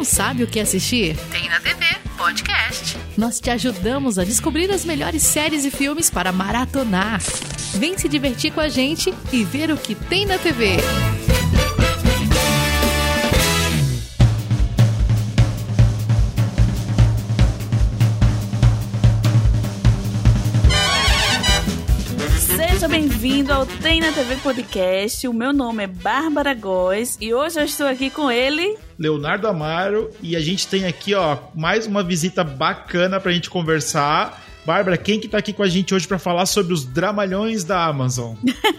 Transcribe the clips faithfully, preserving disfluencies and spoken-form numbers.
sabe o que assistir? Tem na T V Podcast. Nós te ajudamos a descobrir as melhores séries e filmes para maratonar. Vem se divertir com a gente e ver o que tem na T V. Seja bem-vindo ao Tem na T V Podcast. O meu nome é Bárbara Góes e hoje eu estou aqui com ele, Leonardo Amaro, e a gente tem aqui, ó, mais uma visita bacana pra gente conversar. Bárbara, quem que tá aqui com a gente hoje pra falar sobre os dramalhões da Amazon?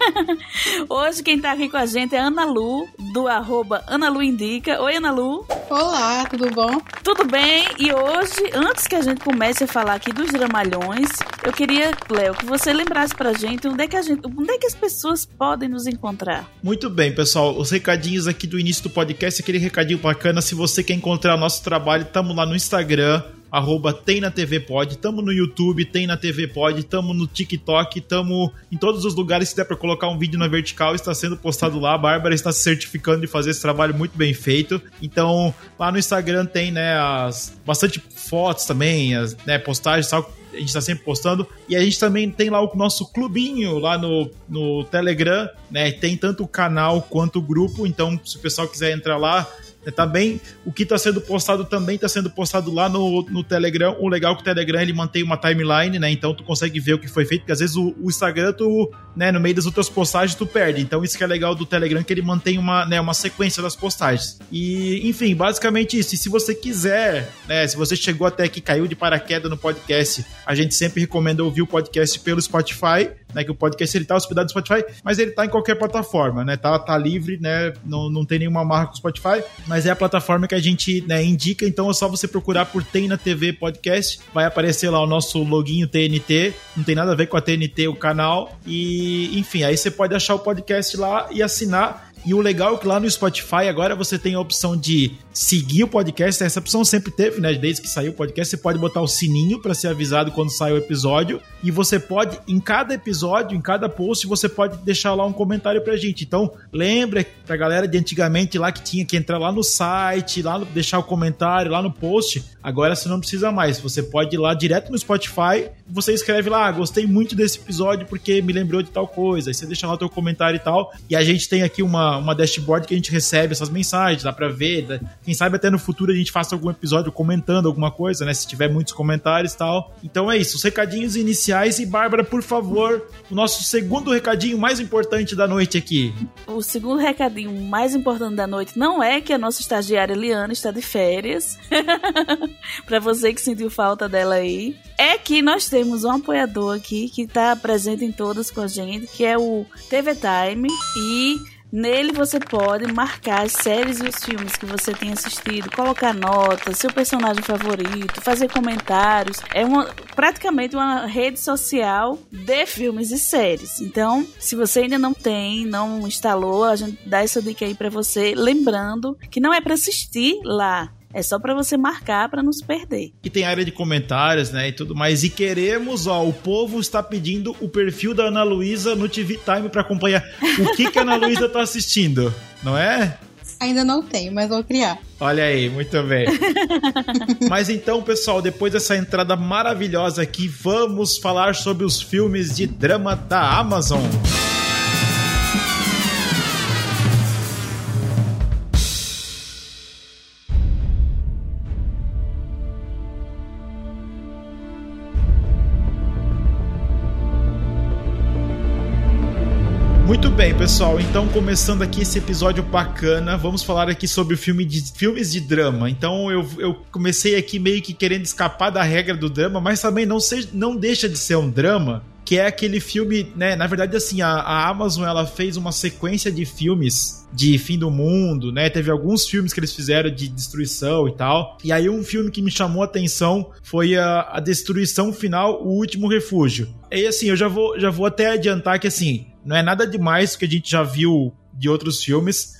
Hoje quem tá aqui com a gente é Ana Lu, do arroba Ana Lu Indica. Oi, Ana Lu. Olá, tudo bom? Tudo bem? E hoje, antes que a gente comece a falar aqui dos dramalhões, eu queria, Léo, que você lembrasse pra gente onde é que a gente, onde é que as pessoas podem nos encontrar. Muito bem, pessoal. Os recadinhos aqui do início do podcast, aquele recadinho bacana. Se você quer encontrar o nosso trabalho, tamo lá no Instagram, arroba Tem na T V Pod, tamo no YouTube, Tem na T V Pod, tamo no TikTok, tamo em todos os lugares que der pra colocar um vídeo na vertical, está sendo postado lá. A Bárbara está se certificando de fazer esse trabalho muito bem feito. Então, lá no Instagram tem, né, as, bastante fotos também, as, né, postagens, sabe? A gente tá sempre postando. E a gente também tem lá o nosso clubinho lá no, no Telegram, né? Tem tanto o canal quanto o grupo. Então, se o pessoal quiser entrar lá, também, o que está sendo postado também está sendo postado lá no, no Telegram. O legal é que o Telegram ele mantém uma timeline, né? Então tu consegue ver o que foi feito, porque às vezes o, o Instagram, tu, né, no meio das outras postagens, tu perde. Então isso que é legal do Telegram, que ele mantém uma, né, uma sequência das postagens. E, enfim, basicamente isso. E se você quiser, né, se você chegou até aqui, caiu de paraquedas no podcast, a gente sempre recomenda ouvir o podcast pelo Spotify, né? Que o podcast ele tá hospedado no Spotify, mas ele tá em qualquer plataforma, né? Tá, tá livre, né? Não, não tem nenhuma marca com o Spotify, mas é a plataforma que a gente, né, indica. Então é só você procurar por Tem na T V Podcast, vai aparecer lá o nosso loginho T N T, não tem nada a ver com a T N T o canal, e enfim, aí você pode achar o podcast lá e assinar. E o legal é que lá no Spotify agora você tem a opção de seguir o podcast. Essa opção sempre teve, né? Desde que saiu o podcast, você pode botar o sininho para ser avisado quando sai o episódio. E você pode, em cada episódio, em cada post, você pode deixar lá um comentário pra gente. Então, lembra pra galera de antigamente lá que tinha que entrar lá no site, lá no, deixar o comentário, lá no post. Agora você não precisa mais. Você pode ir lá direto no Spotify. Você escreve lá, ah, gostei muito desse episódio porque me lembrou de tal coisa. Aí você deixa lá o teu comentário e tal. E a gente tem aqui uma uma dashboard que a gente recebe essas mensagens, dá pra ver, dá, quem sabe até no futuro a gente faça algum episódio comentando alguma coisa, né, se tiver muitos comentários e tal. Então é isso, os recadinhos iniciais. E Bárbara, por favor, o nosso segundo recadinho mais importante da noite aqui. O segundo recadinho mais importante da noite não é que a nossa estagiária Liana está de férias, pra você que sentiu falta dela aí, é que nós temos um apoiador aqui que tá presente em todas com a gente, que é o T V Time, e nele você pode marcar as séries e os filmes que você tem assistido, colocar notas, seu personagem favorito, fazer comentários. É uma, praticamente uma rede social de filmes e séries. Então, se você ainda não tem, não instalou, a gente dá essa dica aí pra você, lembrando que não é pra assistir lá. É só pra você marcar pra não se perder. Que tem área de comentários, né, e tudo mais. E queremos, ó, o povo está pedindo o perfil da Ana Luísa no T V Time pra acompanhar o que, que a Ana Luísa tá assistindo, não é? Ainda não tenho, mas vou criar. Olha aí, muito bem. Mas então, pessoal, depois dessa entrada maravilhosa aqui, vamos falar sobre os filmes de drama da Amazon. Muito bem, pessoal, então começando aqui esse episódio bacana, vamos falar aqui sobre o filme de, filmes de drama. Então eu, eu comecei aqui meio que querendo escapar da regra do drama, mas também não, seja, não deixa de ser um drama, que é aquele filme, né, na verdade assim, a, a Amazon ela fez uma sequência de filmes de fim do mundo, né, teve alguns filmes que eles fizeram de destruição e tal, e aí um filme que me chamou a atenção foi a, a Destruição Final, O Último Refúgio. E assim, eu já vou, já vou até adiantar que assim, não é nada demais que a gente já viu de outros filmes,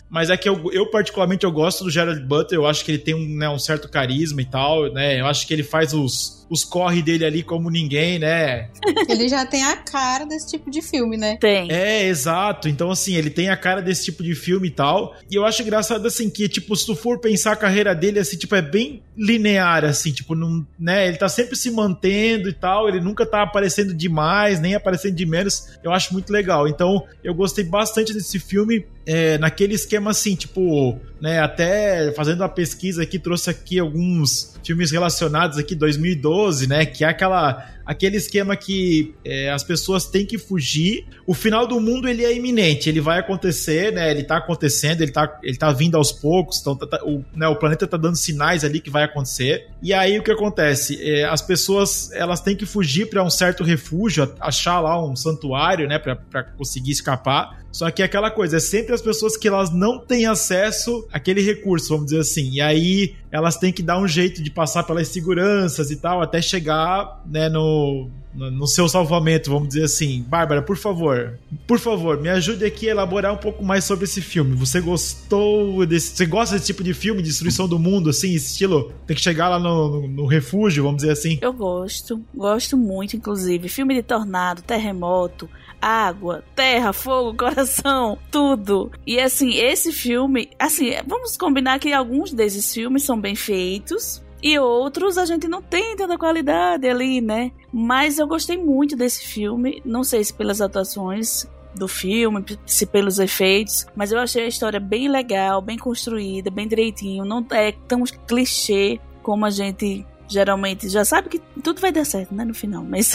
mas é que eu, eu particularmente eu gosto do Gerard Butler, eu acho que ele tem um, né, um certo carisma e tal, né? Eu acho que ele faz os, os corre dele ali como ninguém, né? Ele já tem a cara desse tipo de filme, né? Tem. É, exato. Então, assim, ele tem a cara desse tipo de filme e tal. E eu acho engraçado, assim, que, tipo, se tu for pensar a carreira dele, assim, tipo, é bem linear, assim, tipo, não, né? Ele tá sempre se mantendo e tal, ele nunca tá aparecendo demais, nem aparecendo de menos. Eu acho muito legal. Então, eu gostei bastante desse filme, é, naquele esquema, assim, tipo, né? Até fazendo uma pesquisa aqui, trouxe aqui alguns filmes relacionados aqui, dois mil e doze, né? Que é aquela... aquele esquema que é, as pessoas têm que fugir. O final do mundo, ele é iminente, ele vai acontecer, né? Ele tá acontecendo, ele tá, ele tá vindo aos poucos, então tá, tá, o, né, o planeta tá dando sinais ali que vai acontecer. E aí o que acontece? É, as pessoas, elas têm que fugir para um certo refúgio, achar lá um santuário, né? Pra, pra conseguir escapar. Só que é aquela coisa, é sempre as pessoas que elas não têm acesso àquele recurso, vamos dizer assim. E aí elas têm que dar um jeito de passar pelas seguranças e tal, até chegar, né, no, no, no seu salvamento, vamos dizer assim. Bárbara, por favor, por favor, me ajude aqui a elaborar um pouco mais sobre esse filme. Você gostou desse... Você gosta desse tipo de filme, destruição do mundo, assim, estilo? Tem que chegar lá no, no, no refúgio, vamos dizer assim? Eu gosto, gosto muito, inclusive. Filme de tornado, terremoto, água, terra, fogo, coração, tudo. E assim, esse filme, assim, vamos combinar que alguns desses filmes são bem feitos e outros a gente não tem tanta qualidade ali, né? Mas eu gostei muito desse filme, não sei se pelas atuações do filme, se pelos efeitos, mas eu achei a história bem legal, bem construída, bem direitinho, não é tão clichê como a gente geralmente já sabe que tudo vai dar certo, né, no final, mas,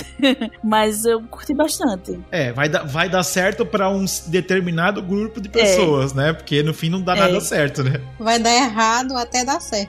mas eu curti bastante. É, vai dar, vai dar certo pra um determinado grupo de pessoas, é. né, porque no fim não dá é. nada certo, né. Vai dar errado até dar certo.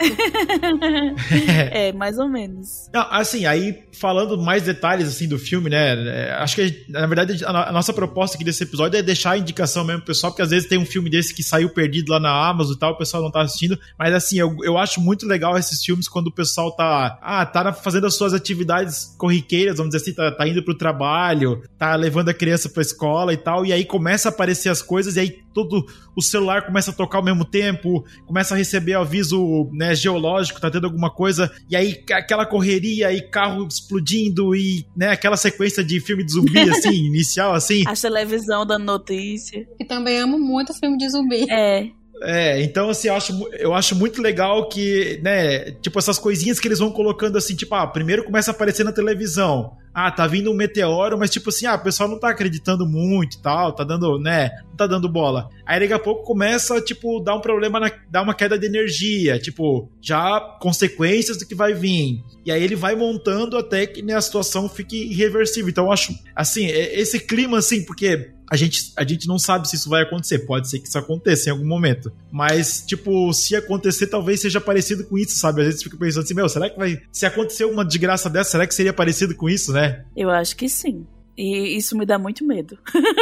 É, mais ou menos. Não, assim, aí falando mais detalhes, assim, do filme, né, acho que, na verdade, a nossa proposta aqui desse episódio é deixar a indicação mesmo pro pessoal, porque às vezes tem um filme desse que saiu perdido lá na Amazon e tal, o pessoal não tá assistindo, mas assim, eu, eu acho muito legal esses filmes quando o pessoal tá Ah, tá fazendo as suas atividades corriqueiras, vamos dizer assim, tá, tá indo pro trabalho, tá levando a criança pra escola e tal, e aí começa a aparecer as coisas, e aí todo o celular começa a tocar ao mesmo tempo, começa a receber aviso, né, geológico, tá tendo alguma coisa, e aí aquela correria, e carro explodindo, e, né, aquela sequência de filme de zumbi, assim, inicial, assim. A televisão dando notícia. E também amo muito filme de zumbi. É. É, então assim, eu acho, eu acho muito legal que, né, tipo essas coisinhas que eles vão colocando assim, tipo, ah, primeiro começa a aparecer na televisão, ah, tá vindo um meteoro, mas tipo assim, ah, o pessoal não tá acreditando muito e tal, tá dando, né, não tá dando bola. Aí daqui a pouco começa, tipo, dar um problema, na, dar uma queda de energia, tipo, já consequências do que vai vir. E aí ele vai montando até que, né, a situação fique irreversível. Então eu acho, assim, esse clima, assim, porque a gente, a gente não sabe se isso vai acontecer. Pode ser que isso aconteça em algum momento. Mas, tipo, se acontecer, talvez seja parecido com isso, sabe? Às vezes fica pensando assim, meu, será que vai... Se acontecer uma desgraça dessa, será que seria parecido com isso, né? Eu acho que sim. E isso me dá muito medo.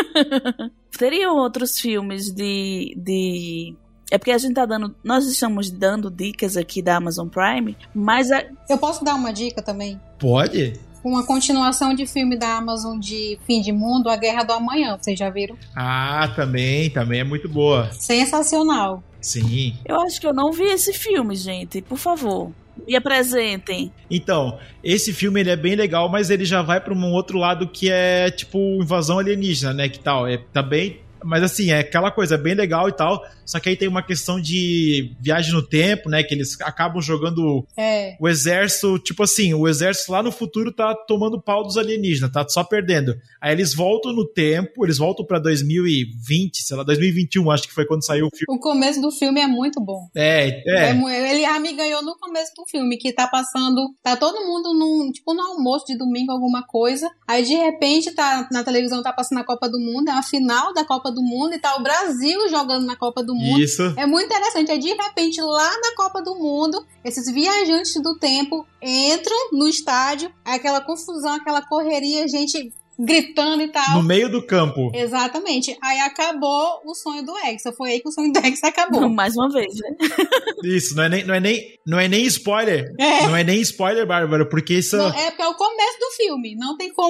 Teriam outros filmes de... de... É porque a gente tá dando... Nós estamos dando dicas aqui da Amazon Prime, mas... A... Eu posso dar uma dica também? Pode? Uma continuação de filme da Amazon de Fim de Mundo, A Guerra do Amanhã. Vocês já viram? Ah, também. Também é muito boa. Sensacional. Sim. Eu acho que eu não vi esse filme, gente. Por favor, me apresentem. Então, esse filme ele é bem legal, mas ele já vai para um outro lado que é tipo invasão alienígena, né? Que tal? É, tá bem... Mas assim, é aquela coisa bem legal e tal, só que aí tem uma questão de viagem no tempo, né, que eles acabam jogando é. o exército, tipo assim, o exército lá no futuro tá tomando pau dos alienígenas, tá só perdendo. Aí eles voltam no tempo, eles voltam pra dois mil e vinte, sei lá, dois mil e vinte e um, acho que foi quando saiu o filme. O começo do filme é muito bom. É, é. é ele já me ganhou no começo do filme, que tá passando, tá todo mundo num, tipo, no almoço de domingo, alguma coisa, aí de repente tá na televisão, tá passando a Copa do Mundo, é a final da Copa do Mundo e tá o Brasil jogando na Copa do Mundo. Isso. É muito interessante. Aí, de repente, lá na Copa do Mundo, esses viajantes do tempo entram no estádio, aquela confusão, aquela correria, gente gritando e tal. No meio do campo. Exatamente. Aí acabou o sonho do Hexa. Foi aí que o sonho do Hexa acabou. Mais uma vez, né? Isso, não é nem, não é nem, não é nem spoiler. É. Não é nem spoiler, Bárbara, porque isso... Não, é porque é o começo do filme. Não tem como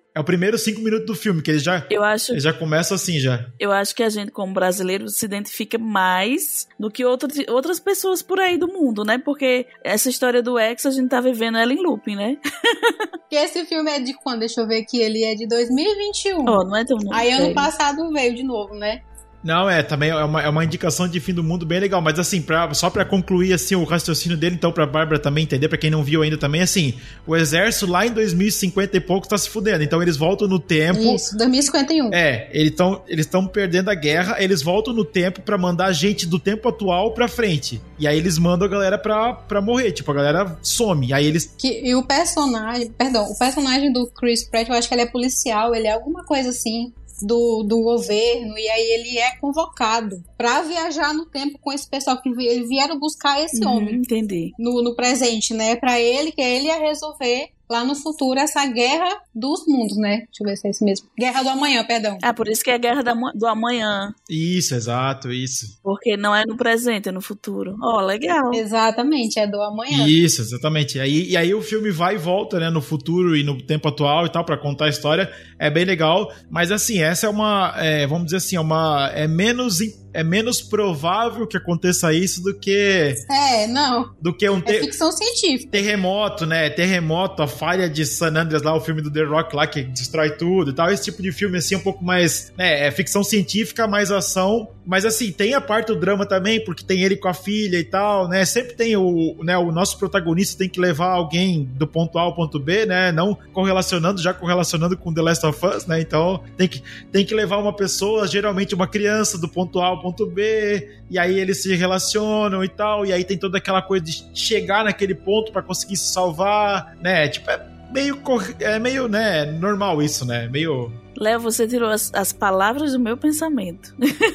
É o primeiro cinco minutos do filme, que ele já, Eu acho, ele já começa assim, já. eu acho que a gente, como brasileiro, se identifica mais do que outras, outras pessoas por aí do mundo, né? Porque essa história do ex, a gente tá vivendo ela em looping, né? Que esse filme é de quando? Deixa eu ver aqui. Ele é de dois mil e vinte e um. Ó, não é tão novo, Aí ano velho. passado veio de novo, né? Não, é, também é uma, é uma indicação de fim do mundo bem legal, mas assim, pra, só pra concluir assim, o raciocínio dele, então pra Bárbara também entender, pra quem não viu ainda também, assim, o exército lá em dois mil e cinquenta e pouco tá se fudendo, então eles voltam no tempo... Isso, dois mil e cinquenta e um. É, eles estão eles tão perdendo a guerra, eles voltam no tempo pra mandar gente do tempo atual pra frente, e aí eles mandam a galera pra, pra morrer, tipo, a galera some, aí eles... Que, e o personagem, perdão, o personagem do Chris Pratt, eu acho que ele é policial, ele é alguma coisa assim... Do, do governo, e aí ele é convocado pra viajar no tempo com esse pessoal que vi- eles vieram buscar esse Uhum, homem entendi. no, no presente, né? Pra ele, que ele ia resolver lá no futuro essa guerra dos mundos, né? Deixa eu ver se é isso mesmo. Guerra do amanhã, perdão. Ah, por isso que é a guerra da ma- do amanhã. Isso, exato, isso. Porque não é no presente, é no futuro. Ó, legal. Exatamente, é do amanhã. Isso, exatamente. E aí, e aí o filme vai e volta, né, no futuro e no tempo atual e tal, pra contar a história. É bem legal, mas assim, essa é uma, é, vamos dizer assim, é uma, é menos, im- é menos provável que aconteça isso do que, É, não. do que um É te- ficção científica. terremoto, né, terremoto, a falha de San Andreas lá, o filme do The Rock lá, que destrói tudo e tal. Esse tipo de filme, assim, é um pouco mais, né, é ficção científica, mais ação, mas assim, tem a parte do drama também, porque tem ele com a filha e tal, né, sempre tem o, né, o nosso protagonista tem que levar alguém do ponto A ao ponto B, né, não correlacionando, já correlacionando com The Last of Us, né, então tem que, tem que levar uma pessoa, geralmente uma criança, do ponto A ao ponto B, e aí eles se relacionam e tal, e aí tem toda aquela coisa de chegar naquele ponto pra conseguir se salvar, né, tipo, é meio, cor- é meio, né, normal isso, né, meio... Léo, você tirou as, as palavras do meu pensamento.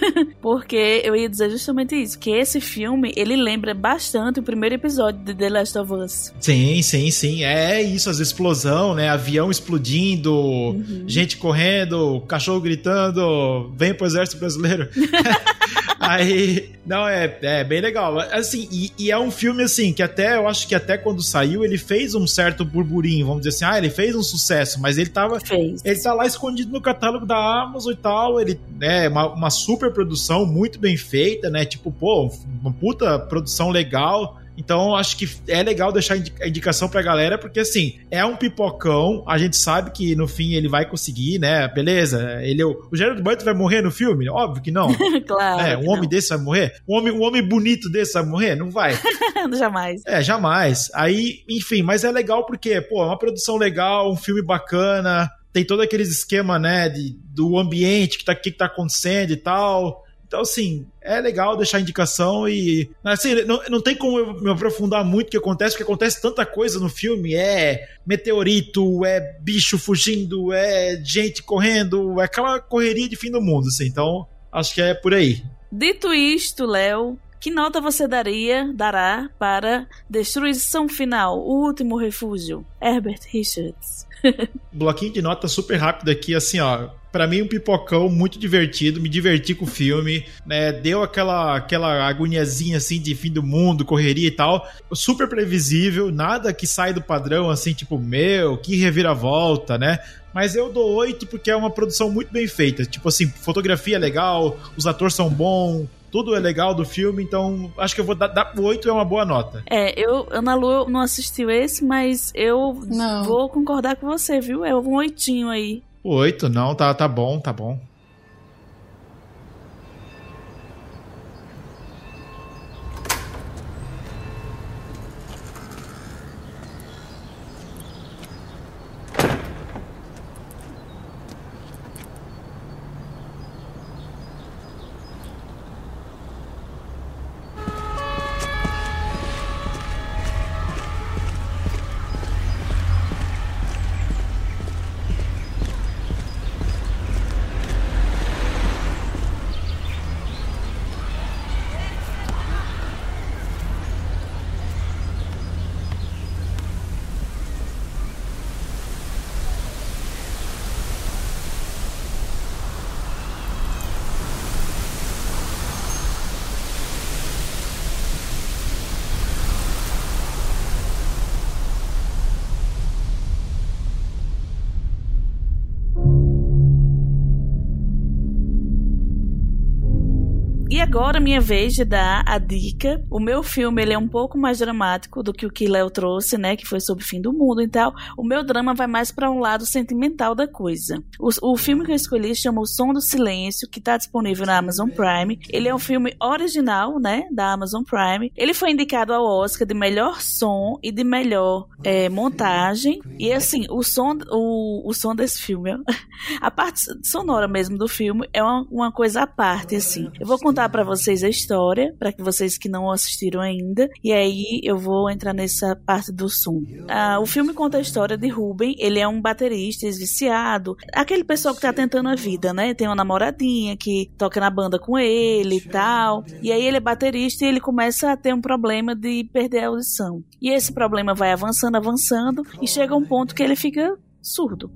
Porque eu ia dizer justamente isso, que esse filme, ele lembra bastante o primeiro episódio de The Last of Us. Sim, sim, sim. É isso, as explosões, né? Avião explodindo, Uhum. gente correndo, cachorro gritando, vem pro exército brasileiro. Aí, não, é, é bem legal. Assim, e, e é um filme, assim, que até, eu acho que até quando saiu, ele fez um certo burburinho, vamos dizer assim, ah, ele fez um sucesso, mas ele tava... Fez. Ele tá lá escondido no catálogo da Amazon e tal, ele é uma, uma super produção, muito bem feita, né, tipo, pô, uma puta produção legal, então acho que é legal deixar a indicação pra galera, porque assim, é um pipocão, a gente sabe que no fim ele vai conseguir, né, beleza, ele, o Gerard Butler vai morrer no filme? Óbvio que não. Claro. É, que um homem não. desse vai morrer? Um homem, um homem bonito desse vai morrer? Não vai. Jamais. É, jamais. Aí, enfim, mas é legal porque, pô, é uma produção legal, um filme bacana, tem todo aquele esquema, né, de, do ambiente, que tá, que tá acontecendo e tal. Então, assim, é legal deixar a indicação e... Assim, não, não tem como eu me aprofundar muito o que acontece, porque acontece tanta coisa no filme. É meteorito, é bicho fugindo, é gente correndo, é aquela correria de fim do mundo, assim. Então, acho que é por aí. Dito isto, Léo, que nota você daria, dará para Destruição Final, O Último Refúgio? Herbert Richards. Bloquinho de nota super rápido aqui, assim, ó. Pra mim, um pipocão muito divertido, me diverti com o filme, né? Deu aquela, aquela agoniazinha, assim, de fim do mundo, correria e tal. Super previsível, nada que sai do padrão, assim, tipo, meu, que reviravolta, né? Mas eu dou oito porque é uma produção muito bem feita. Tipo assim, fotografia é legal, os atores são bons, tudo é legal do filme, então acho que eu vou dar, dar oito é uma boa nota. É, eu, Ana Lu não assistiu esse, mas eu Não. vou concordar com você, viu? É um oitinho aí. Oito, não, tá, tá bom, tá bom. agora, minha vez de dar a dica. O meu filme, ele é um pouco mais dramático do que o que Léo trouxe, né? Que foi sobre o fim do mundo e tal. O meu drama vai mais para um lado sentimental da coisa. O, o filme que eu escolhi chama O Som do Silêncio, que está disponível na Amazon Prime. Ele é um filme original, né? Da Amazon Prime. Ele foi indicado ao Oscar de melhor som e de melhor é, montagem. E assim, o som, o, o som desse filme, a parte sonora mesmo do filme é uma, uma coisa à parte, assim. Eu vou contar pra vocês a história, pra que vocês que não assistiram ainda, e aí eu vou entrar nessa parte do som. Ah, o filme conta a história de Ruben. Ele é um baterista ex-viciado, aquele pessoal que tá tentando a vida, né? Tem uma namoradinha que toca na banda com ele e tal, e aí ele é baterista e ele começa a ter um problema de perder a audição. E esse problema vai avançando, avançando, e chega um ponto que ele fica surdo.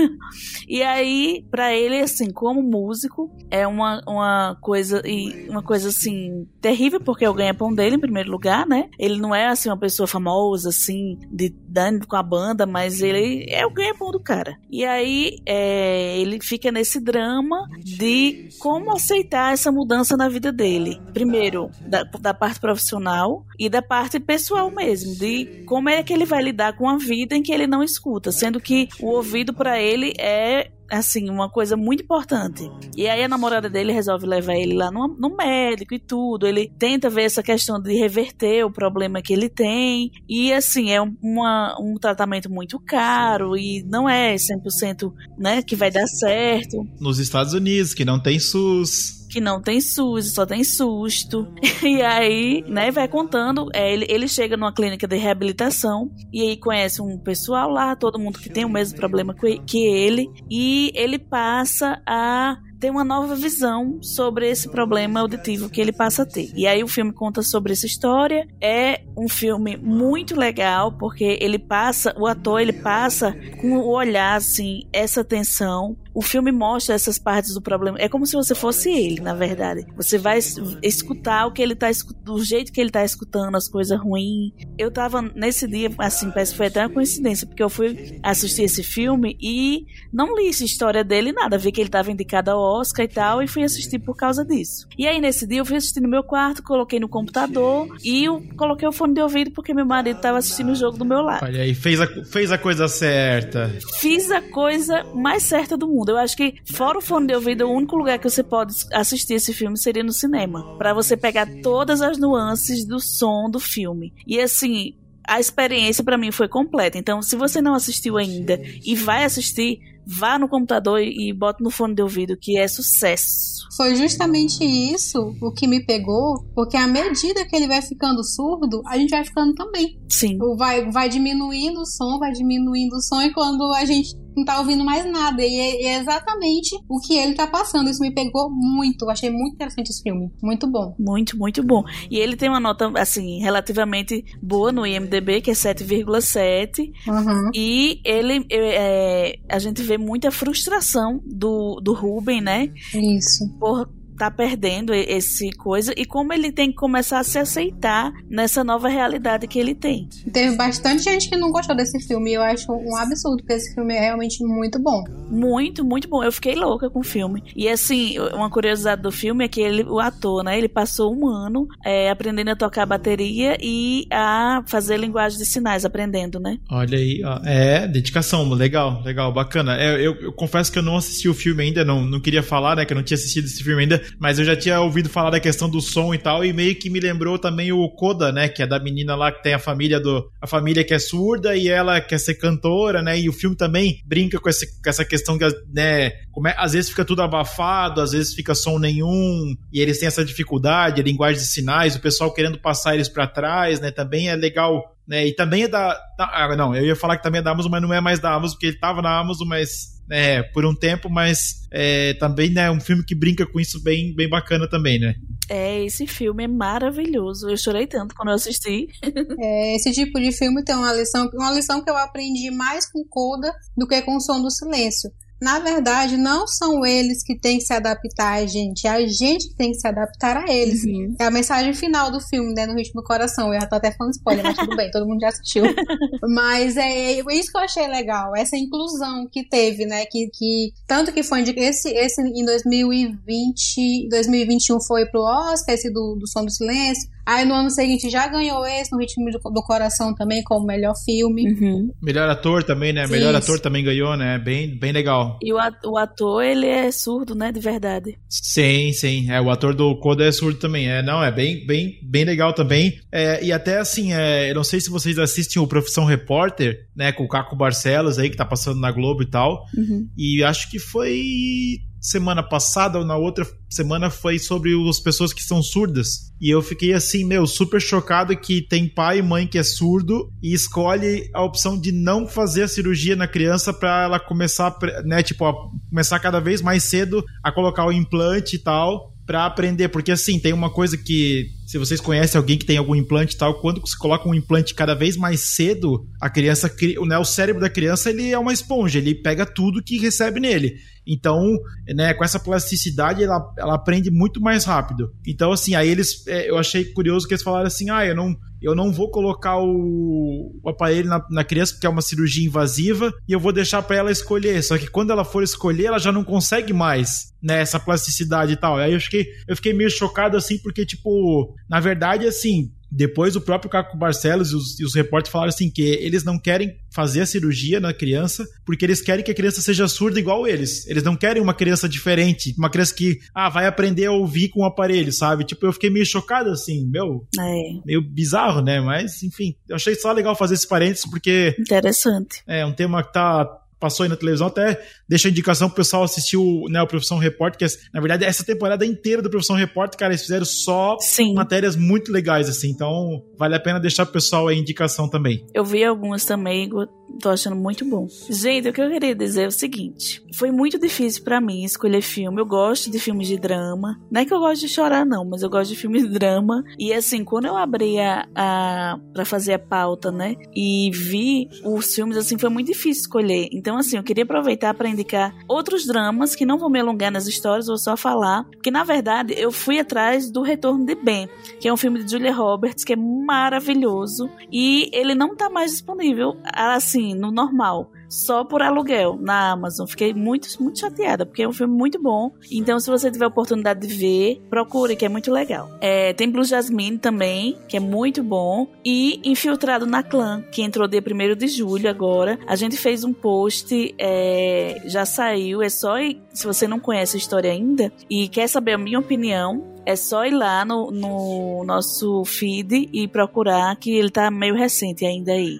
E aí, pra ele, assim, como músico, é uma, uma coisa, e uma coisa, assim, terrível, porque é o ganha-pão dele, em primeiro lugar, né? Ele não é, assim, uma pessoa famosa, assim, de dando com a banda, mas ele é o ganha-pão do cara. E aí, é, ele fica nesse drama de como aceitar essa mudança na vida dele. Primeiro, da, da parte profissional e da parte pessoal mesmo, de como é que ele vai lidar com a vida em que ele não escuta, sendo que o ouvido para ele é, assim, uma coisa muito importante. E aí a namorada dele resolve levar ele lá no, no médico e tudo. Ele tenta ver essa questão de reverter o problema que ele tem. E, assim, é uma, um tratamento muito caro e não é cem por cento, né, que vai dar certo. Nos Estados Unidos, que não tem SUS. Que não tem SUS, só tem susto. E aí, né, vai contando. É, ele, ele chega numa clínica de reabilitação e aí conhece um pessoal lá, todo mundo que tem o mesmo problema que ele. E ele passa a ter uma nova visão sobre esse problema auditivo que ele passa a ter. E aí o filme conta sobre essa história. É um filme muito legal, porque ele passa, o ator, ele passa com o olhar, assim, essa tensão. O filme mostra essas partes do problema. É como se você fosse ele, na verdade. Você vai escutar o que ele tá escutando, do jeito que ele tá escutando as coisas ruins. Eu tava nesse dia, assim, parece que foi até uma coincidência, porque eu fui assistir esse filme e não li essa história dele, nada. Vi que ele tava indicado ao Oscar e tal, e fui assistir por causa disso. E aí, nesse dia, eu fui assistir no meu quarto, coloquei no computador e eu coloquei o fone de ouvido porque meu marido tava assistindo o jogo do meu lado. Olha aí, fez a, fez a coisa certa. Fiz a coisa mais certa do mundo. Eu acho que, fora o fone de ouvido, o único lugar que você pode assistir esse filme seria no cinema, pra você pegar todas as nuances do som do filme. E assim, a experiência pra mim foi completa. Então, se você não assistiu ainda e vai assistir, vá no computador e bota no fone de ouvido, que é sucesso. Foi justamente isso o que me pegou, porque à medida que ele vai ficando surdo, a gente vai ficando também. Sim. Vai, vai diminuindo o som, vai diminuindo o som, e quando a gente não tá ouvindo mais nada, e é, é exatamente o que ele tá passando. Isso me pegou muito, eu achei muito interessante esse filme, muito bom. Muito, muito bom. E ele tem uma nota, assim, relativamente boa no I M D B, que é sete vírgula sete, uhum. E ele, é, a gente vê muita frustração do, do Ruben, né? Isso. Por tá perdendo esse coisa, e como ele tem que começar a se aceitar nessa nova realidade que ele tem. Teve bastante gente que não gostou desse filme, e eu acho um absurdo, porque esse filme é realmente muito bom. Muito, muito bom. Eu fiquei louca com o filme. E assim, uma curiosidade do filme é que ele, o ator, né, ele passou um ano é, aprendendo a tocar bateria e a fazer linguagem de sinais, aprendendo, né? Olha aí, ó. É, dedicação, legal, legal, bacana. É, eu, eu confesso que eu não assisti o filme ainda, não, não queria falar, né, que eu não tinha assistido esse filme ainda, mas eu já tinha ouvido falar da questão do som e tal, e meio que me lembrou também o Coda, né, que é da menina lá que tem a família do a família que é surda e ela quer ser cantora, né, e o filme também brinca com, esse, com essa questão que, né, como é, às vezes fica tudo abafado, às vezes fica som nenhum, e eles têm essa dificuldade, a linguagem de sinais, o pessoal querendo passar eles pra trás, né, também é legal, né, e também é da, da ah, não, eu ia falar que também é da Amazon, mas não é mais da Amazon, porque ele tava na Amazon, mas é, por um tempo, mas é, também, né, um filme que brinca com isso bem, bem bacana também, né? É, esse filme é maravilhoso. Eu chorei tanto quando eu assisti. É, esse tipo de filme tem uma lição, uma lição que eu aprendi mais com Coda do que com o Som do Silêncio. na verdade, não são eles que têm que se adaptar a gente, é a gente que tem que se adaptar a eles. Uhum. É a mensagem final do filme, né, No Ritmo do Coração. Eu já tô até falando spoiler, mas tudo bem, todo mundo já assistiu. Mas é isso que eu achei legal, essa inclusão que teve, né, que, que tanto que foi esse, esse em dois mil e vinte, dois mil e vinte e um foi pro Oscar, esse do, do Som do Silêncio. Aí no ano seguinte já ganhou esse, No Ritmo do, do Coração também, como melhor filme. Uhum. Melhor ator também, né? Melhor Isso. ator também ganhou, né? Bem, bem legal. E o ator, ele é surdo, né? De verdade. Sim, sim. É, o ator do Coda é surdo também. É, não, é bem, bem, bem legal também. É, e até assim, é, eu não sei se vocês assistem o Profissão Repórter, né? Com o Caco Barcelos aí, que tá passando na Globo e tal. Uhum. E acho que foi... semana passada ou na outra semana foi sobre as pessoas que são surdas. E eu fiquei assim, meu, super chocado que tem pai e mãe que é surdo e escolhe a opção de não fazer a cirurgia na criança pra ela começar, né, tipo, a começar cada vez mais cedo a colocar o implante e tal, pra aprender. Porque assim, tem uma coisa que, se vocês conhecem alguém que tem algum implante e tal, quando você coloca um implante cada vez mais cedo, a criança, né, o cérebro da criança, ele é uma esponja, ele pega tudo que recebe nele. Então, né, com essa plasticidade, ela, ela aprende muito mais rápido. Então, assim, aí eles, é, eu achei curioso que eles falaram assim, ah, eu não, eu não vou colocar o, o aparelho na, na criança porque é uma cirurgia invasiva e eu vou deixar pra ela escolher. Só que quando ela for escolher, ela já não consegue mais, né, essa plasticidade e tal. Aí eu fiquei, eu fiquei meio chocado, assim, porque, tipo, na verdade, assim... Depois o próprio Caco Barcelos e os, e os repórteres falaram assim que eles não querem fazer a cirurgia na criança porque eles querem que a criança seja surda igual eles. Eles não querem uma criança diferente, uma criança que ah, vai aprender a ouvir com o aparelho, sabe? Tipo, eu fiquei meio chocado assim, meu, é. meio bizarro, né? Mas, enfim, eu achei só legal fazer esse parênteses porque... Interessante. É um tema que tá... passou aí na televisão, até deixa a indicação pro pessoal assistir o, né, o Profissão Repórter, que é, na verdade, essa temporada inteira do Profissão Repórter, cara, eles fizeram só Sim. matérias muito legais, assim, então vale a pena deixar pro pessoal aí a indicação também. Eu vi algumas também, tô achando muito bom. Gente, o que eu queria dizer é o seguinte, foi muito difícil pra mim escolher filme, eu gosto de filmes de drama, não é que eu gosto de chorar não, mas eu gosto de filmes de drama, e assim, quando eu abri a, a pra fazer a pauta, né, e vi os filmes, assim, foi muito difícil escolher. Então, assim, eu queria aproveitar para indicar outros dramas que não vou me alongar nas histórias, vou só falar, porque na verdade eu fui atrás do Retorno de Ben, que é um filme de Julia Roberts, que é maravilhoso, e ele não tá mais disponível, assim, no normal, só por aluguel na Amazon. Fiquei muito, muito chateada, porque é um filme muito bom. Então, se você tiver a oportunidade de ver, procure, que é muito legal. É, tem Blue Jasmine também, que é muito bom. E Infiltrado na Clã, que entrou dia primeiro de julho agora. A gente fez um post, é, já saiu. É só, se você não conhece a história ainda e quer saber a minha opinião, é só ir lá no, no nosso feed e procurar, que ele tá meio recente ainda aí.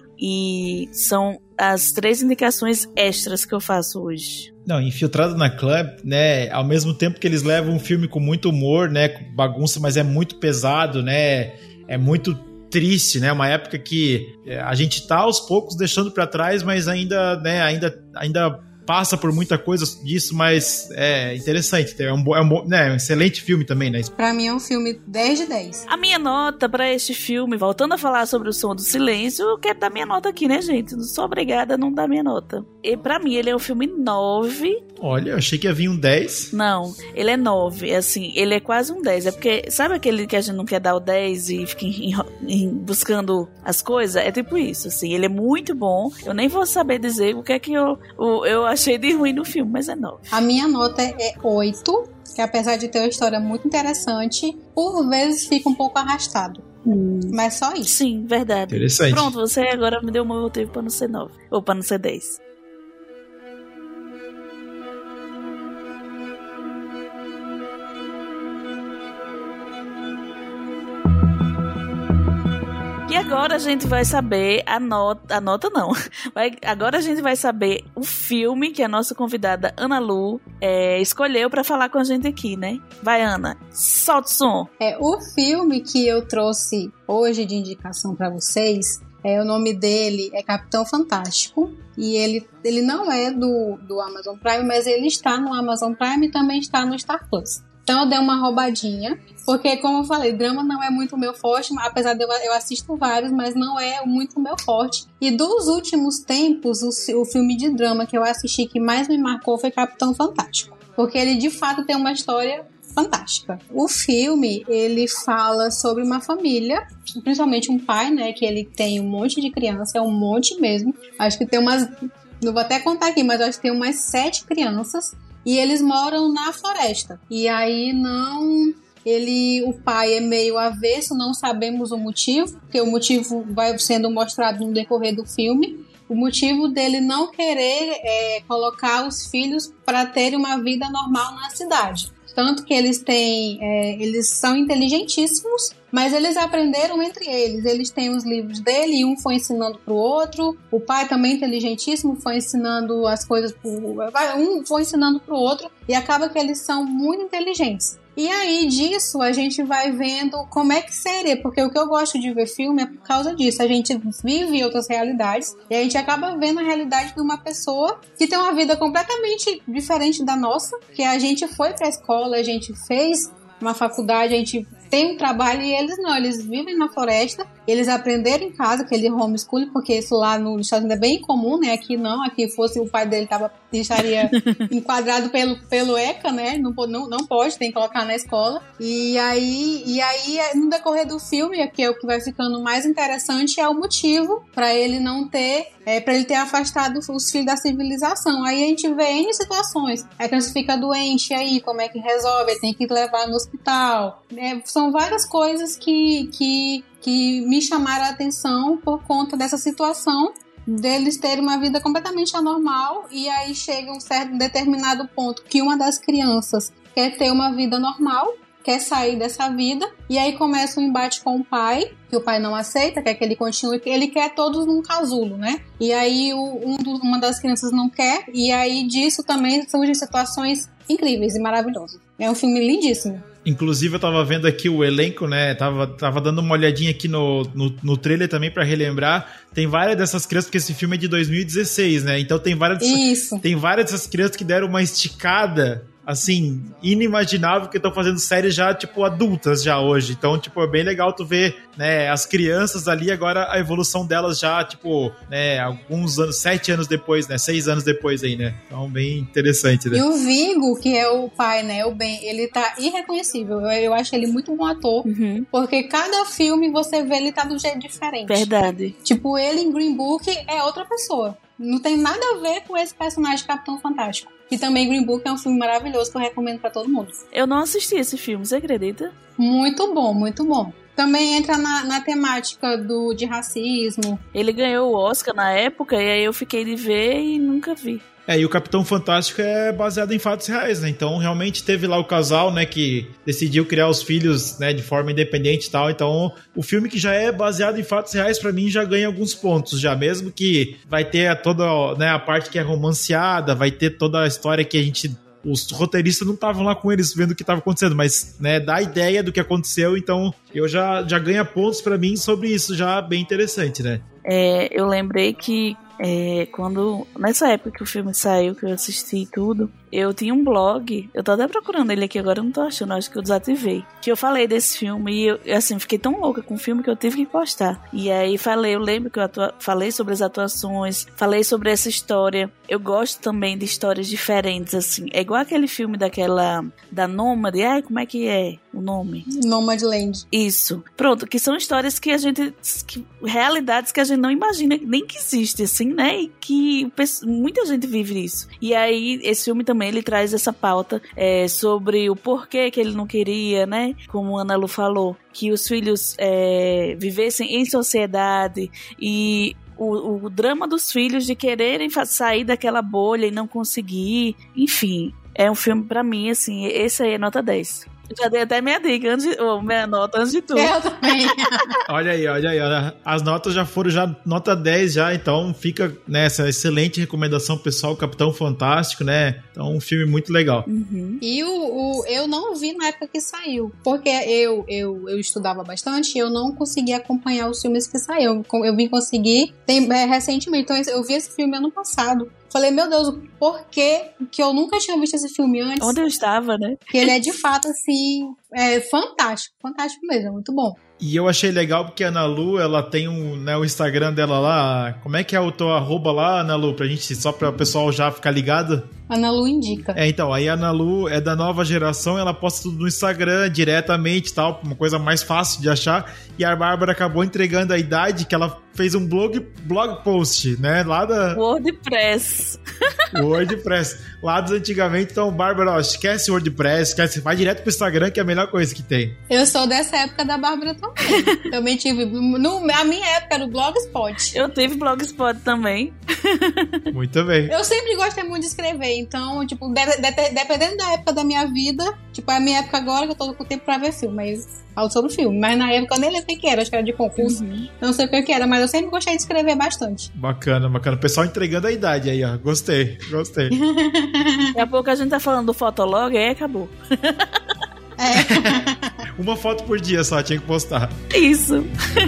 E são as três indicações extras que eu faço hoje. Não, Infiltrado na Clã, né, ao mesmo tempo que eles levam um filme com muito humor, né, com bagunça, mas é muito pesado, né, é muito triste, né, uma época que a gente tá aos poucos deixando pra trás, mas ainda, né, ainda, ainda passa por muita coisa disso, mas é interessante. É um, é um, né, um excelente filme também, né? Pra mim é um filme dez de dez. A minha nota pra este filme, voltando a falar sobre O Som do Silêncio, eu quero dar minha nota aqui, né, gente? Não sou obrigada a não dar minha nota. E pra mim ele é um filme nove. Olha, eu achei que ia vir um dez. Não, ele é nove. Assim, ele é quase um dez. É porque, sabe aquele que a gente não quer dar o dez e fica em, em, buscando as coisas? É tipo isso, assim. Ele é muito bom. Eu nem vou saber dizer o que é que eu, eu, eu achei de ruim no filme, mas é nove. A minha nota é oito, que apesar de ter uma história muito interessante, por vezes fica um pouco arrastado. Hum. Mas só isso. Sim, verdade. Interessante. Pronto, você agora me deu um motivo pra não ser nove. Ou pra não ser dez. E agora a gente vai saber a nota... A nota não. Vai, agora a gente vai saber o filme que a nossa convidada Ana Lu é, escolheu pra falar com a gente aqui, né? Vai, Ana. Solta o som. É, o filme que eu trouxe hoje de indicação pra vocês, é, o nome dele é Capitão Fantástico. E ele, ele não é do, do Amazon Prime, mas ele está no Amazon Prime e também está no Star Plus. Então eu dei uma roubadinha. Porque, como eu falei, drama não é muito o meu forte, apesar de eu, eu assisto vários, mas não é muito o meu forte. E dos últimos tempos, o, o filme de drama que eu assisti que mais me marcou foi Capitão Fantástico. Porque ele, de fato, tem uma história fantástica. O filme, ele fala sobre uma família, principalmente um pai, né, que ele tem um monte de criança, é um monte mesmo. Acho que tem umas, não vou até contar aqui, mas acho que tem umas sete crianças. E eles moram na floresta. E aí não... Ele, o pai é meio avesso, não sabemos o motivo, porque o motivo vai sendo mostrado no decorrer do filme. O motivo dele não querer é, colocar os filhos para terem uma vida normal na cidade. Tanto que eles têm, é, eles são inteligentíssimos, mas eles aprenderam entre eles. Eles têm os livros dele e um foi ensinando pro outro. O pai também inteligentíssimo foi ensinando as coisas pro, um foi ensinando pro outro e acaba que eles são muito inteligentes. E aí, disso, a gente vai vendo como é que seria, porque o que eu gosto de ver filme é por causa disso. A gente vive outras realidades e a gente acaba vendo a realidade de uma pessoa que tem uma vida completamente diferente da nossa, que a gente foi pra escola, a gente fez uma faculdade, a gente tem um trabalho e eles não, eles vivem na floresta, eles aprenderam em casa, aquele homeschooling, porque isso lá nos Estados Unidos é bem comum, né? Aqui não, aqui fosse o pai dele tava, estaria enquadrado pelo, pelo ECA, né? Não, não, não pode, tem que colocar na escola. E aí, e aí, no decorrer do filme, que é o que vai ficando mais interessante, é o motivo para ele não ter, é, para ele ter afastado os filhos da civilização. Aí a gente vê N situações. A criança fica doente, e aí como é que resolve? Tem que levar no hospital. É, são várias coisas que, que, que me chamaram a atenção por conta dessa situação deles terem uma vida completamente anormal e aí chega um certo determinado ponto que uma das crianças quer ter uma vida normal, quer sair dessa vida e aí começa um embate com o pai, que o pai não aceita, quer que ele continue, ele quer todos num casulo, né? E aí o, um do, uma das crianças não quer e aí disso também surgem situações incríveis e maravilhosas. É um filme lindíssimo. Inclusive, eu tava vendo aqui o elenco, né? Tava, tava dando uma olhadinha aqui no, no, no trailer também pra relembrar. Tem várias dessas crianças, porque esse filme é de dois mil e dezesseis, né? Então tem várias, Isso. tem várias dessas crianças que deram uma esticada, assim, inimaginável, que estão fazendo séries já, tipo, adultas já hoje. Então, tipo, é bem legal tu ver, né, as crianças ali, agora a evolução delas já, tipo, né, alguns anos, sete anos depois, né, seis anos depois aí, né. Então, bem interessante, né. E o Viggo, que é o pai, né, o Ben, ele tá irreconhecível. Eu, eu acho ele muito bom ator, Uhum. porque cada filme você vê ele tá de um jeito diferente. Verdade. Tipo, ele em Green Book é outra pessoa. Não tem nada a ver com esse personagem Capitão Fantástico. E também Green Book é um filme maravilhoso que eu recomendo pra todo mundo. Eu não assisti esse filme, você acredita? Muito bom, muito bom. Também entra na, na temática do, de racismo. Ele ganhou o Oscar na época e aí eu fiquei de ver e nunca vi. É, e o Capitão Fantástico é baseado em fatos reais, né? Então, realmente teve lá o casal, né, que decidiu criar os filhos, né, de forma independente e tal. Então, o filme que já é baseado em fatos reais, pra mim, já ganha alguns pontos já. Mesmo que vai ter toda, né, a parte que é romanceada, vai ter toda a história que a gente... Os roteiristas não estavam lá com eles vendo o que estava acontecendo, mas, né, dá a ideia do que aconteceu. Então, eu já, já ganha pontos pra mim sobre isso, já bem interessante, né? É, eu lembrei que é, quando, nessa época que o filme saiu, que eu assisti tudo, eu tinha um blog, eu tô até procurando ele aqui agora, eu não tô achando, acho que eu desativei, que eu falei desse filme e eu, assim, fiquei tão louca com o filme que eu tive que postar. E aí falei, eu lembro que eu atua, falei sobre as atuações, falei sobre essa história. Eu gosto também de histórias diferentes, assim, é igual aquele filme daquela, da Nômade, ai, como é que é o nome? Nomadland. Isso, pronto, que são histórias que a gente, que, realidades que a gente não imagina nem que existe, assim, né, e que muita gente vive isso. E aí, esse filme também, ele traz essa pauta é, sobre o porquê que ele não queria, né, como a Ana Lu falou, que os filhos é, vivessem em sociedade e o, o drama dos filhos de quererem sair daquela bolha e não conseguir, enfim, é um filme pra mim, assim, esse aí é nota dez. Já dei até minha dica, antes, ou minha nota antes de tudo. Eu também. Olha aí, olha aí. Olha. As notas já foram já nota dez já, então fica nessa, né, excelente recomendação pessoal, Capitão Fantástico, né? Então um filme muito legal. Uhum. E o, o, eu não vi na época que saiu, porque eu, eu, eu estudava bastante e eu não conseguia acompanhar os filmes que saíram. Eu vim conseguir tem, é, recentemente, então eu vi esse filme ano passado. Falei, meu Deus, por que que eu nunca tinha visto esse filme antes? Onde eu estava, né? Que ele é de fato, assim, é fantástico. Fantástico mesmo, muito bom. E eu achei legal porque a Ana Lu, ela tem um, né, o Instagram dela lá. Como é que é o teu arroba lá, Ana Lu? Pra gente, só pra o pessoal já ficar ligado. Ana Lu indica. É, então, aí a Ana Lu é da nova geração, ela posta tudo no Instagram diretamente e tal, uma coisa mais fácil de achar. E a Bárbara acabou entregando a idade que ela fez um blog, blog post, né? Lá da... WordPress. WordPress. Lá dos antigamente. Então, Bárbara, ó, esquece o WordPress, esquece, vai direto pro Instagram, que é a melhor coisa que tem. Eu sou dessa época da Bárbara também. Também tive... No, a minha época era o Blogspot. Eu tive Blogspot também. Muito bem. Eu sempre gostei muito de escrever, então, tipo, de, de, dependendo da época da minha vida, tipo, é a minha época agora que eu tô com tempo pra ver filme, mas falo sobre filme. Mas na época eu nem lembro o que era, acho que era de concurso. Uhum. Não sei o que era, mas eu sempre gostei de escrever bastante. Bacana, bacana. O pessoal entregando a idade aí, ó. Gostei, gostei. Daqui a pouco a gente tá falando do Fotolog e aí acabou. É. Uma foto por dia só, tinha que postar. Isso.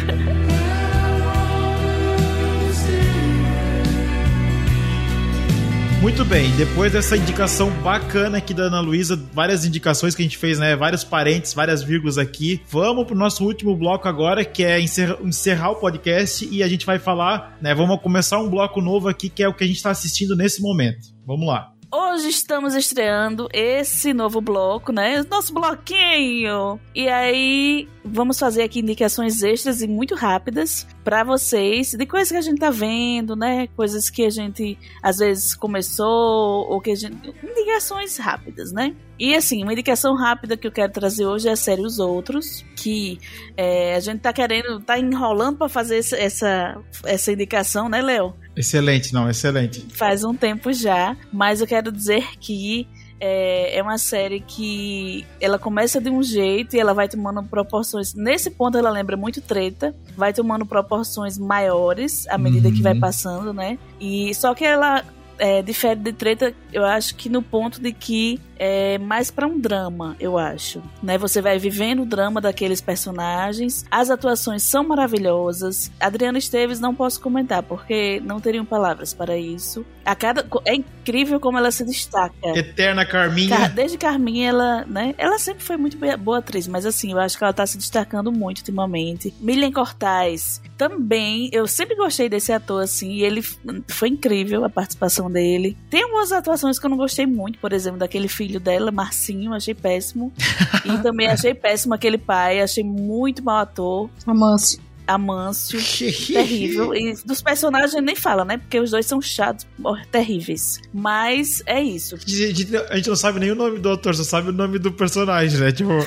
Muito bem, depois dessa indicação bacana aqui da Ana Luísa, várias indicações que a gente fez, né? Vários parênteses, várias vírgulas aqui. Vamos pro nosso último bloco agora, que é encerrar, encerrar o podcast e a gente vai falar, né? Vamos começar um bloco novo aqui, que é o que a gente tá assistindo nesse momento. Vamos lá. Hoje estamos estreando esse novo bloco, né? Nosso bloquinho! E aí, vamos fazer aqui indicações extras e muito rápidas pra vocês, de coisas que a gente tá vendo, né? Coisas que a gente, às vezes, começou, ou que a gente... Indicações rápidas, né? E assim, uma indicação rápida que eu quero trazer hoje é a série Os Outros, que é, a gente tá querendo, tá enrolando pra fazer essa, essa, essa indicação, né, Léo? Excelente, não, excelente. Faz um tempo já, mas eu quero dizer que é, é uma série que ela começa de um jeito e ela vai tomando proporções, nesse ponto ela lembra muito Treta, vai tomando proporções maiores à medida uhum. que vai passando, né? E só que ela é, difere de Treta, eu acho que no ponto de que é mais pra um drama, eu acho, né? Você vai vivendo o drama daqueles personagens, as atuações são maravilhosas. Adriana Esteves não posso comentar, porque não teriam palavras para isso. A cada... É incrível como ela se destaca. Eterna Carminha. Desde Carminha, ela, né? Ela sempre foi muito boa atriz, mas assim, eu acho que ela tá se destacando muito ultimamente. Milian Cortaz, também, eu sempre gostei desse ator, assim, e ele foi incrível, a participação dele. Tem algumas atuações que eu não gostei muito, por exemplo, daquele filho dela, Marcinho, achei péssimo. E também achei péssimo aquele pai, achei muito mau ator. Amâncio. Amâncio, terrível. E dos personagens nem fala, né? Porque os dois são chatos, terríveis. Mas é isso. A gente não sabe nem o nome do ator, só sabe o nome do personagem, né? Tipo...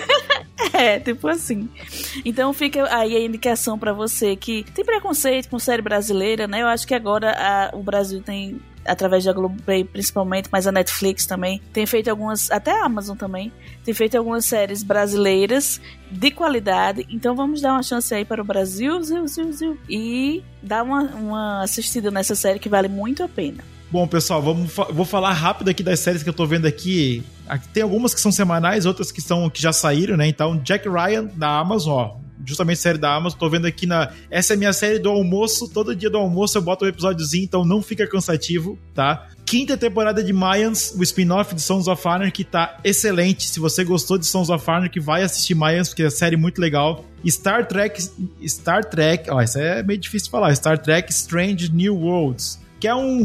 É, tipo assim. Então fica aí a indicação pra você que tem preconceito com série brasileira, né? Eu acho que agora a, o Brasil tem, através da Globoplay principalmente, mas a Netflix também, tem feito algumas, até a Amazon também, tem feito algumas séries brasileiras de qualidade. Então vamos dar uma chance aí para o Brasil, ziu, ziu, ziu, e dar uma, uma assistida nessa série que vale muito a pena. Bom, pessoal, vamos, vou falar rápido aqui das séries que eu tô vendo aqui. Tem algumas que são semanais, outras que, são, que já saíram, né? Então, Jack Ryan, da Amazon, ó. Justamente série da Amazon, tô vendo aqui na... Essa é a minha série do almoço, todo dia do almoço eu boto um episódiozinho, então não fica cansativo, tá? Quinta temporada de Mayans, o spin-off de Sons of Anarchy, tá excelente. Se você gostou de Sons of Anarchy, vai assistir Mayans, porque é uma série muito legal. Star Trek... Star Trek... Ó, isso é meio difícil de falar. Star Trek Strange New Worlds, que é um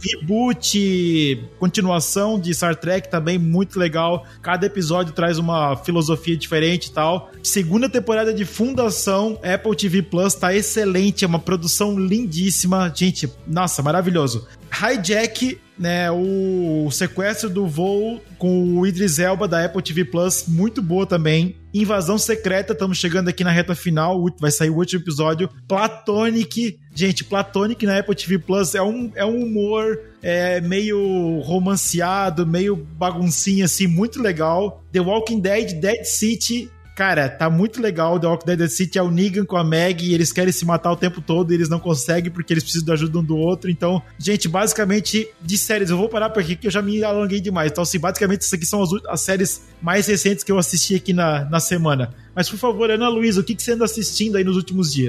reboot, continuação de Star Trek, também muito legal. Cada episódio traz uma filosofia diferente e tal. Segunda temporada de Fundação, Apple T V Plus, tá excelente, é uma produção lindíssima. Gente, nossa, maravilhoso. Hijack, né, o sequestro do voo com o Idris Elba da Apple T V Plus, muito boa também. Invasão Secreta, estamos chegando aqui na reta final, vai sair o último episódio. Platonic, gente, Platonic na Apple T V Plus é um, é um humor é, meio romanceado, meio baguncinha assim, muito legal. The Walking Dead, Dead City, cara, tá muito legal. The Walking Dead, Dead City é o Negan com a Maggie, e eles querem se matar o tempo todo e eles não conseguem porque eles precisam da ajuda um do outro. Então, gente, basicamente, de séries, eu vou parar por aqui que eu já me alonguei demais. Então, assim, basicamente, essas aqui são as, as séries mais recentes que eu assisti aqui na, na semana. Mas, por favor, Ana Luísa, o que, que você anda assistindo aí nos últimos dias?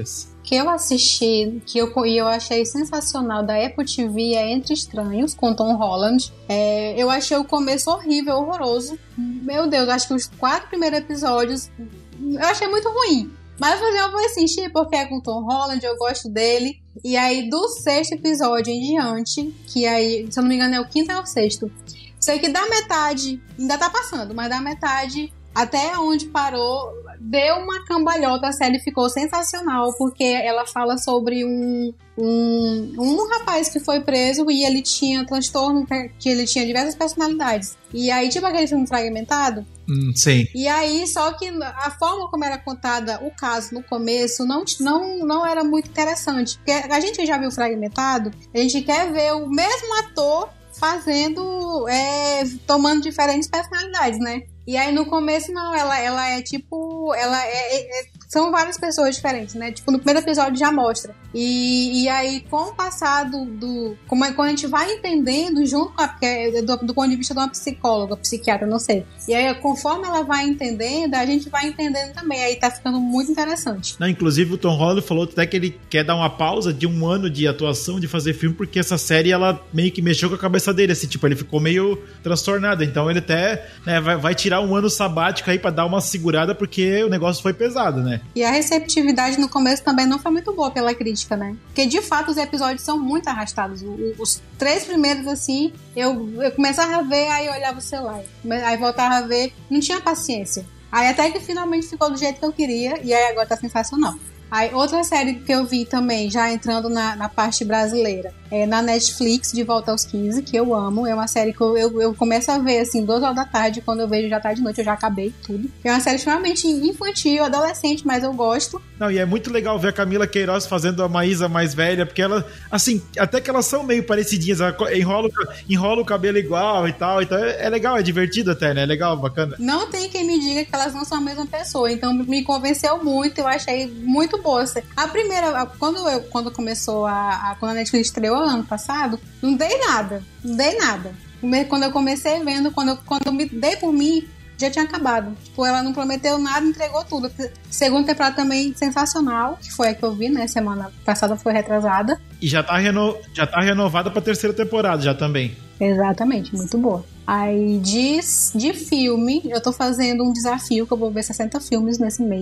que eu assisti, que eu, e eu achei sensacional da Apple T V é Entre Estranhos, com Tom Holland. É, eu achei o começo horrível, horroroso. Meu Deus, acho que os quatro primeiros episódios eu achei muito ruim. Mas eu vou assistir porque é com Tom Holland, eu gosto dele. E aí, do sexto episódio em diante, que aí, se eu não me engano, é o quinto ou o sexto. Sei que da metade, ainda tá passando, mas da metade até onde parou, deu uma cambalhota. A série ficou sensacional, porque ela fala sobre um, um, um rapaz que foi preso e ele tinha transtorno, que ele tinha diversas personalidades. E aí, tipo aquele filme Fragmentado. Hum, sim. E aí, só que a forma como era contada o caso no começo não, não, não era muito interessante. Porque a gente já viu Fragmentado, a gente quer ver o mesmo ator fazendo, é, tomando diferentes personalidades, né? E aí no começo não, ela, ela é tipo, ela é, é, são várias pessoas diferentes, né? Tipo, no primeiro episódio já mostra. E, e aí com o passado do, como é, quando a gente vai entendendo junto com a, porque do, do ponto de vista de uma psicóloga, psiquiatra, não sei. E aí conforme ela vai entendendo, a gente vai entendendo também. Aí tá ficando muito interessante. Não, inclusive o Tom Holland falou até que ele quer dar uma pausa de um ano de atuação, de fazer filme, porque essa série, ela meio que mexeu com a cabeça dele, assim, tipo, ele ficou meio transtornado. Então ele até, né, vai, vai tirar um ano sabático aí pra dar uma segurada, porque o negócio foi pesado, né? E a receptividade no começo também não foi muito boa pela crítica, né? Porque de fato os episódios são muito arrastados. Os três primeiros, assim, eu, eu começava a ver, aí eu olhava o celular, aí voltava a ver, não tinha paciência. Aí até que finalmente ficou do jeito que eu queria, e aí agora tá sensacional. Aí, outra série que eu vi também, já entrando na, na parte brasileira, é na Netflix, De Volta aos quinze, que eu amo. É uma série que eu, eu, eu começo a ver, assim, duas horas da tarde. Quando eu vejo já tarde de noite, eu já acabei tudo. É uma série extremamente infantil, adolescente, mas eu gosto. Não, e é muito legal ver a Camila Queiroz fazendo a Maísa mais velha, porque ela, assim, até que elas são meio parecidinhas, ela enrola, enrola o cabelo igual e tal, então é, é legal, é divertido até, né? É legal, bacana. Não tem quem me diga que elas não são a mesma pessoa, então me convenceu muito, eu achei muito boa. A primeira, quando, eu, quando começou a, a, quando a Netflix estreou ano passado, não dei nada, não dei nada. Quando eu comecei vendo, quando eu, quando eu me dei por mim, já tinha acabado. Tipo, ela não prometeu nada, entregou tudo. Segunda temporada também sensacional, que foi a que eu vi, né? Semana passada foi retrasada. E já tá, reno... já tá renovada pra terceira temporada, já também. Exatamente, muito boa. Aí, de, de filme, eu tô fazendo um desafio que eu vou ver sessenta filmes nesse mês.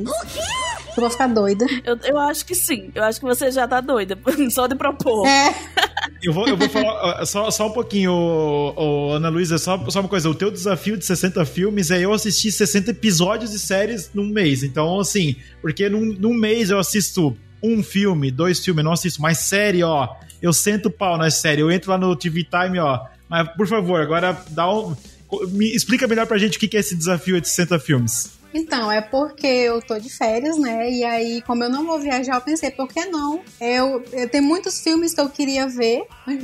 Eu vou ficar doida. Eu, eu acho que sim. Eu acho que você já tá doida, só de propor. É. Eu vou, eu vou falar só, só um pouquinho, ô, ô, Ana Luísa, só, só uma coisa. O teu desafio de sessenta filmes é eu assistir sessenta episódios de séries num mês. Então, assim, porque num, num mês eu assisto um filme, dois filmes, não assisto mais série, ó. Eu sento o pau na série, eu entro lá no T V Time, ó. Mas, por favor, agora dá um... Me explica melhor pra gente o que é esse desafio de sessenta filmes. Então, é porque eu tô de férias, né? E aí, como eu não vou viajar, eu pensei, por que não? Eu, eu tenho muitos filmes que eu queria ver,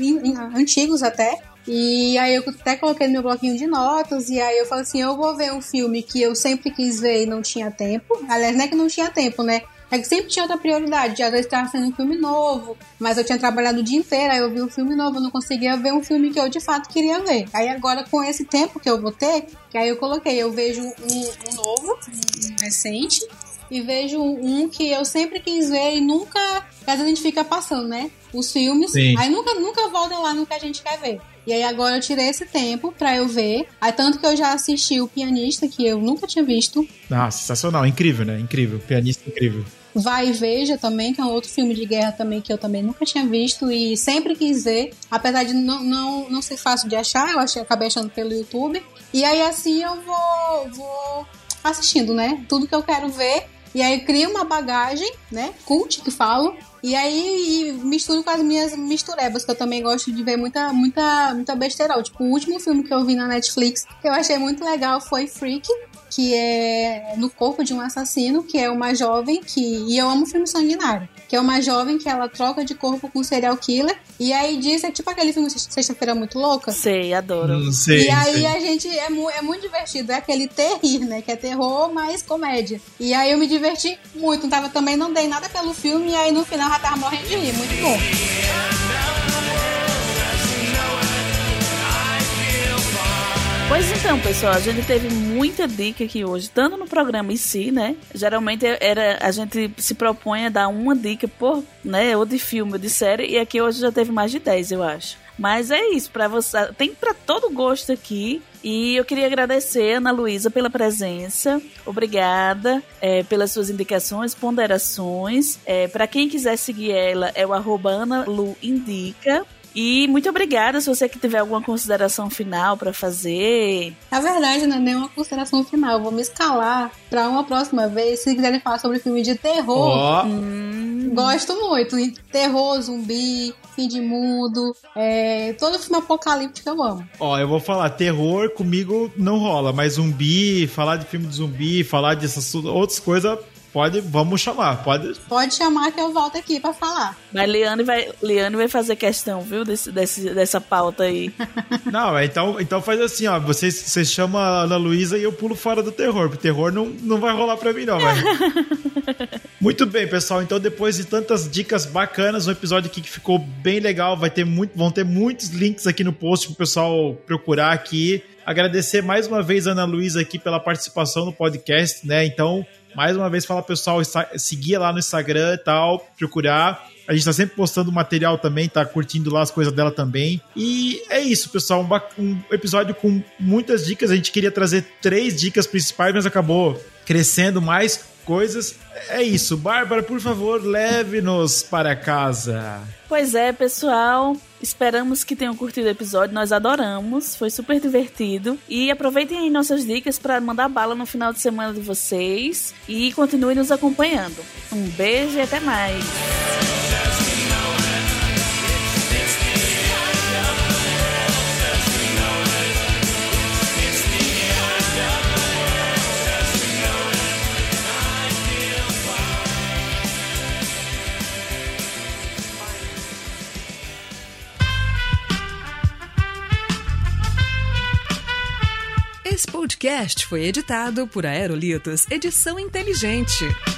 antigos até. E aí eu até coloquei no meu bloquinho de notas. E aí eu falei assim, eu vou ver um filme que eu sempre quis ver e não tinha tempo. Aliás, não é que não tinha tempo, né? É que sempre tinha outra prioridade. Às vezes estava sendo um filme novo, mas eu tinha trabalhado o dia inteiro, aí eu vi um filme novo, eu não conseguia ver um filme que eu de fato queria ver. Aí agora, com esse tempo que eu vou ter, que aí eu coloquei, eu vejo um, um novo, um recente, e vejo um que eu sempre quis ver e nunca... Às vezes a gente fica passando, né? Os filmes, Sim. Aí nunca, nunca volta lá no que a gente quer ver. E aí agora eu tirei esse tempo pra eu ver. Aí tanto que eu já assisti O Pianista, que eu nunca tinha visto. Ah, sensacional, incrível, né? Incrível, Pianista incrível. Vai e Veja também, que é um outro filme de guerra também que eu também nunca tinha visto e sempre quis ver, apesar de não, não, não ser fácil de achar, eu achei, acabei achando pelo YouTube. E aí assim eu vou, vou assistindo, né? Tudo que eu quero ver. E aí crio uma bagagem, né? Cult, que falo. E aí e misturo com as minhas misturebas, que eu também gosto de ver muita, muita, muita besteira. Tipo, o último filme que eu vi na Netflix, que eu achei muito legal, foi Freak, que é No Corpo de um Assassino, que é uma jovem que... E eu amo filme sanguinário. Que é uma jovem que ela troca de corpo com um serial killer. E aí diz, é tipo aquele filme Sexta-feira Muito Louca. Sei, adoro. Hum, sei, e aí sei. a gente... É, mu- é muito divertido. É aquele terrir, né? Que é terror, mas comédia. E aí eu me diverti muito. Tava, também não dei nada pelo filme. E aí no final já tava morrendo de rir. Muito bom. Pois então, pessoal, a gente teve muita dica aqui hoje, tanto no programa em si, né? Geralmente era, a gente se propõe a dar uma dica por, né, ou de filme ou de série, e aqui hoje já teve mais de dez, eu acho. Mas é isso, para você, tem para todo gosto aqui. E eu queria agradecer a Ana Luísa pela presença. Obrigada é, pelas suas indicações, ponderações. É, para quem quiser seguir ela, é o arroba Ana Lu Indica. E muito obrigada, se você que tiver alguma consideração final para fazer. Na verdade, não é nenhuma consideração final. Eu vou me escalar para uma próxima vez, se quiserem falar sobre filme de terror. Oh. Hum, gosto muito. Terror, zumbi, fim de mundo, é, todo filme apocalíptico eu amo. Ó, eu vou falar, terror comigo não rola, mas zumbi, falar de filme de zumbi, falar dessas outras coisas... Pode, vamos chamar, pode... Pode chamar que eu volto aqui pra falar. Mas Liane vai, Liane vai fazer questão, viu, desse, desse, dessa pauta aí. Não, então, então faz assim, ó, vocês, vocês chamam a Ana Luísa e eu pulo fora do terror, porque terror não, não vai rolar pra mim não, velho. Muito bem, pessoal, então depois de tantas dicas bacanas, um episódio aqui que ficou bem legal, vai ter muito, vão ter muitos links aqui no post pro pessoal procurar aqui. Agradecer mais uma vez a Ana Luísa aqui pela participação no podcast, né, então... Mais uma vez, fala pessoal, seguir lá no Instagram e tal, procurar. A gente tá sempre postando material também, tá curtindo lá as coisas dela também. E é isso, pessoal, um, um episódio com muitas dicas. A gente queria trazer três dicas principais, mas acabou crescendo mais coisas. É isso, Bárbara, por favor, leve-nos para casa. Pois é, pessoal, esperamos que tenham curtido o episódio, nós adoramos, foi super divertido. E aproveitem aí nossas dicas para mandar bala no final de semana de vocês e continuem nos acompanhando. Um beijo e até mais. Esse podcast foi editado por Aerolitos Edição Inteligente.